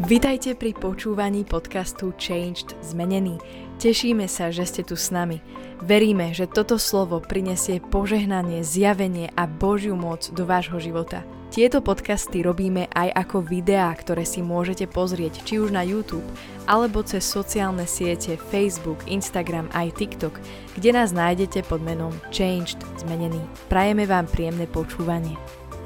Vitajte pri počúvaní podcastu Changed Zmenený. Tešíme sa, že ste tu s nami. Veríme, že toto slovo prinesie požehnanie, zjavenie a Božiu moc do vášho života. Tieto podcasty robíme aj ako videá, ktoré si môžete pozrieť či už na YouTube, alebo cez sociálne siete Facebook, Instagram aj TikTok, kde nás nájdete pod menom Changed Zmenený. Prajeme vám príjemné počúvanie.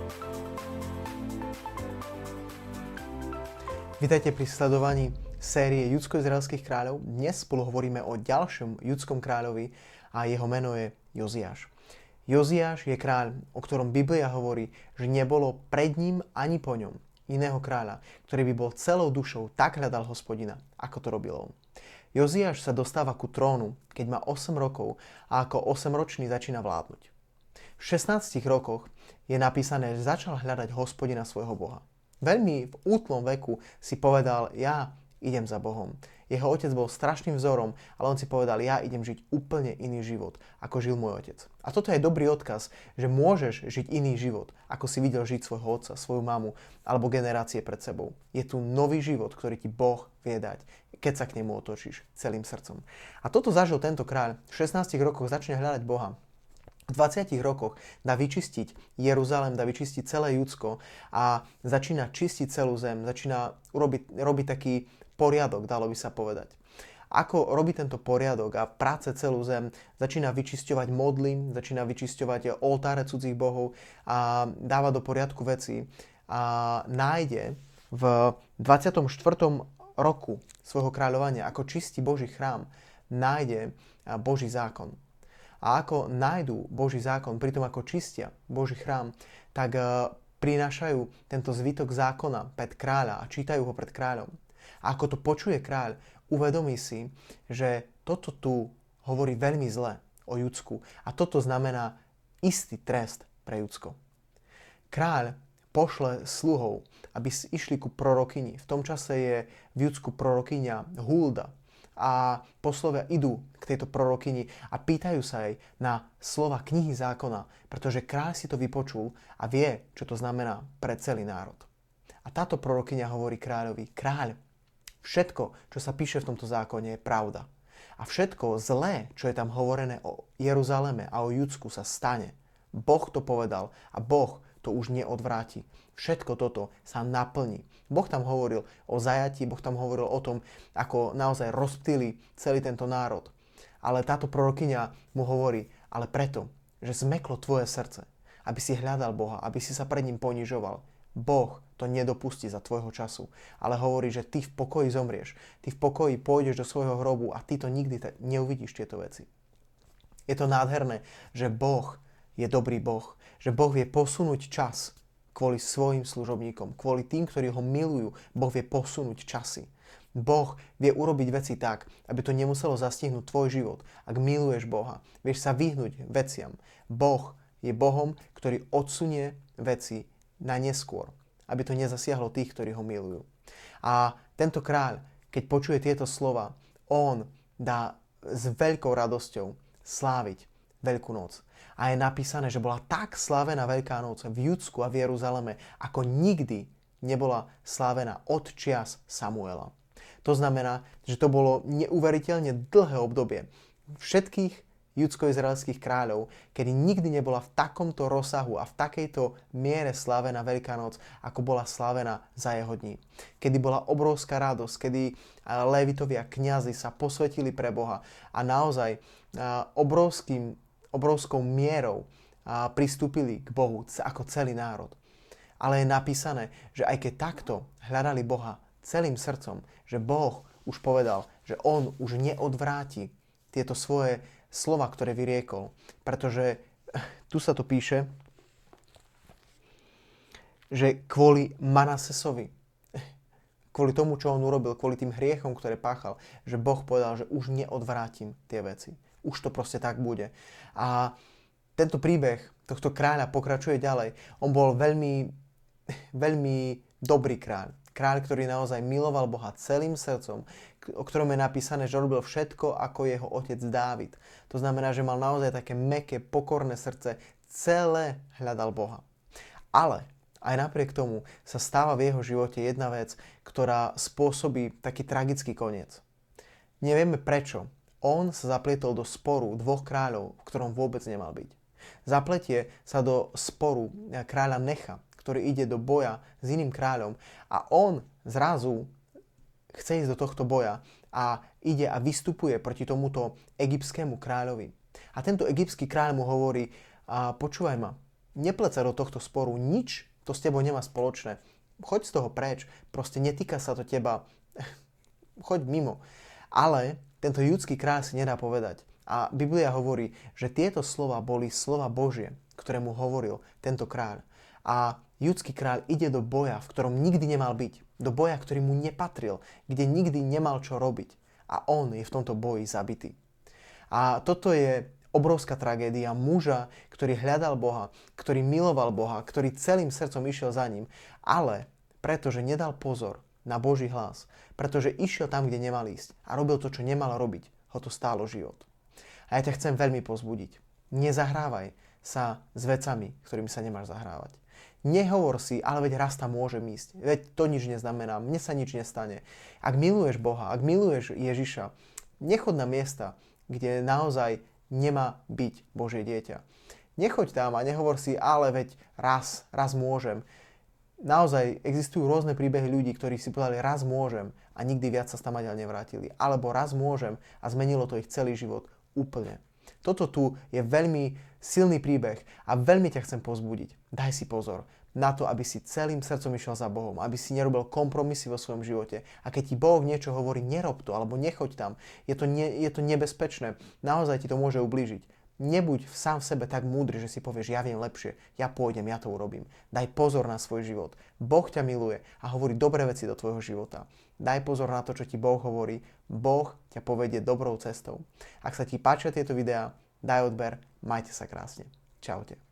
Vitajte pri sledovaní série Judsko-izraelských kráľov. Dnes spolu hovoríme o ďalšom judskom kráľovi a jeho meno je Joziáš. Joziáš je kráľ, o ktorom Biblia hovorí, že nebolo pred ním ani po ňom iného kráľa, ktorý by bol celou dušou tak hľadal Hospodina, ako to robil on. Joziáš sa dostáva ku trónu, keď má 8 rokov a ako 8-ročný začína vládnuť. V 16 rokoch je napísané, že začal hľadať Hospodina svojho Boha. Veľmi v útlom veku si povedal, ja idem za Bohom. Jeho otec bol strašným vzorom, ale on si povedal, ja idem žiť úplne iný život, ako žil môj otec. A toto je dobrý odkaz, že môžeš žiť iný život, ako si videl žiť svojho otca, svoju mamu alebo generácie pred sebou. Je tu nový život, ktorý ti Boh vie dať, keď sa k nemu otočíš celým srdcom. A toto zažil tento kráľ. V 16 rokoch začne hľadať Boha. V 20 rokoch dá vyčistiť Jeruzalém, dá vyčistiť celé Judsko a začína čistiť celú zem, začína robiť taký poriadok, dalo by sa povedať. Ako robí tento poriadok a práce celú zem, začína vyčisťovať modly, začína vyčisťovať oltáre cudzích bohov a dáva do poriadku veci a nájde v 24. roku svojho kráľovania, ako čistí Boží chrám, nájde Boží zákon. A ako nájdú Boží zákon, pritom ako čistia Boží chrám, tak prinášajú tento zvytok zákona pred kráľa a čítajú ho pred kráľom. A ako to počuje kráľ, uvedomí si, že toto tu hovorí veľmi zle o Judsku a toto znamená istý trest pre Judsko. Kráľ pošle sluhov, aby išli ku prorokyni. V tom čase je v Judsku prorokyňa Hulda. A poslovia idú k tejto prorokyni a pýtajú sa jej na slova knihy zákona, pretože kráľ si to vypočul a vie, čo to znamená pre celý národ. A táto prorokyňa hovorí kráľovi, kráľ, všetko, čo sa píše v tomto zákone, je pravda. A všetko zlé, čo je tam hovorené o Jeruzaleme a o Judsku, sa stane. Boh to povedal a Boh to už neodvráti. Všetko toto sa naplní. Boh tam hovoril o zajatí, Boh tam hovoril o tom, ako naozaj rozptýli celý tento národ. Ale táto prorokyňa mu hovorí, ale preto, že zmeklo tvoje srdce, aby si hľadal Boha, aby si sa pred ním ponižoval. Boh to nedopustí za tvojho času, ale hovorí, že ty v pokoji zomrieš, ty v pokoji pôjdeš do svojho hrobu a ty to nikdy neuvidíš tieto veci. Je to nádherné, že Boh je dobrý Boh, že Boh vie posunúť čas kvôli svojim služobníkom, kvôli tým, ktorí ho milujú. Boh vie posunúť časy. Boh vie urobiť veci tak, aby to nemuselo zastihnúť tvoj život. Ak miluješ Boha, vieš sa vyhnúť veciam. Boh je Bohom, ktorý odsunie veci na neskôr, aby to nezasiahlo tých, ktorí ho milujú. A tento kráľ, keď počuje tieto slova, on dá s veľkou radosťou sláviť Veľkú noc. A je napísané, že bola tak slávená Veľká noc v Judsku a v Jeruzaleme, ako nikdy nebola slávená od čias Samuela. To znamená, že to bolo neuveriteľne dlhé obdobie všetkých judsko-izraelských kráľov, kedy nikdy nebola v takomto rozsahu a v takejto miere slávená Veľká noc, ako bola slávená za jeho dní. Kedy bola obrovská radosť, kedy Lévitovia kňazi sa posvetili pre Boha a naozaj obrovskou mierou pristúpili k Bohu ako celý národ. Ale je napísané, že aj keď takto hľadali Boha celým srdcom, že Boh už povedal, že on už neodvráti tieto svoje slova, ktoré vyriekol. Pretože tu sa to píše, že kvôli Manasesovi, kvôli tomu, čo on urobil, kvôli tým hriechom, ktoré páchal, že Boh povedal, že už neodvrátim tie veci. Už to proste tak bude. A tento príbeh tohto kráľa pokračuje ďalej. On bol veľmi, veľmi dobrý kráľ. Kráľ, ktorý naozaj miloval Boha celým srdcom, o ktorom je napísané, že robil všetko ako jeho otec Dávid. To znamená, že mal naozaj také mäkké, pokorné srdce, celé hľadal Boha. Ale Aj napriek tomu sa stáva v jeho živote jedna vec, ktorá spôsobí taký tragický koniec. Nevieme prečo. On sa zaplietol do sporu dvoch kráľov, v ktorom vôbec nemal byť. Zapletie sa do sporu kráľa Necha, ktorý ide do boja s iným kráľom a on zrazu chce ísť do tohto boja a ide a vystupuje proti tomuto egyptskému kráľovi. A tento egyptský kráľ mu hovorí, počúvaj ma, nepleť sa do tohto sporu, nič to s tebou nemá spoločné. Choď z toho preč, proste netýka sa to teba, choď mimo. Ale tento judský kráľ si nedá povedať. A Biblia hovorí, že tieto slova boli slova Božie, ktoré mu hovoril tento kráľ. A judský kráľ ide do boja, v ktorom nikdy nemal byť. Do boja, ktorý mu nepatril, kde nikdy nemal čo robiť. A on je v tomto boji zabitý. A toto je obrovská tragédia muža, ktorý hľadal Boha, ktorý miloval Boha, ktorý celým srdcom išiel za ním, ale pretože nedal pozor na Boží hlas, pretože išiel tam, kde nemal ísť a robil to, čo nemal robiť, ho to stálo život. A ja ťa chcem veľmi povzbudiť. Nezahrávaj sa s vecami, ktorými sa nemáš zahrávať. Nehovor si, ale veď raz tam môžem ísť. Veď to nič neznamená, mne sa nič nestane. Ak miluješ Boha, ak miluješ Ježiša, nechod na miesta, kde naozaj nemá byť Božie dieťa. Nechoď tam a nehovor si, ale veď raz môžem. Naozaj existujú rôzne príbehy ľudí, ktorí si povedali raz môžem a nikdy viac sa tam ani nevrátili. Alebo raz môžem a zmenilo to ich celý život úplne. Toto tu je veľmi silný príbeh a veľmi ťa chcem povzbudiť. Daj si pozor na to, aby si celým srdcom išiel za Bohom, aby si nerobil kompromisy vo svojom živote. A keď ti Boh niečo hovorí, nerob to, alebo nechoď tam, je to nebezpečné, naozaj ti to môže ublížiť. Nebuď sám v sebe tak múdry, že si povieš, ja viem lepšie, ja pôjdem, ja to urobím. Daj pozor na svoj život. Boh ťa miluje a hovorí dobré veci do tvojho života. Daj pozor na to, čo ti Boh hovorí. Boh ťa povedie dobrou cestou. Ak sa ti páčia tieto videá, daj odber, majte sa krásne. Čaute.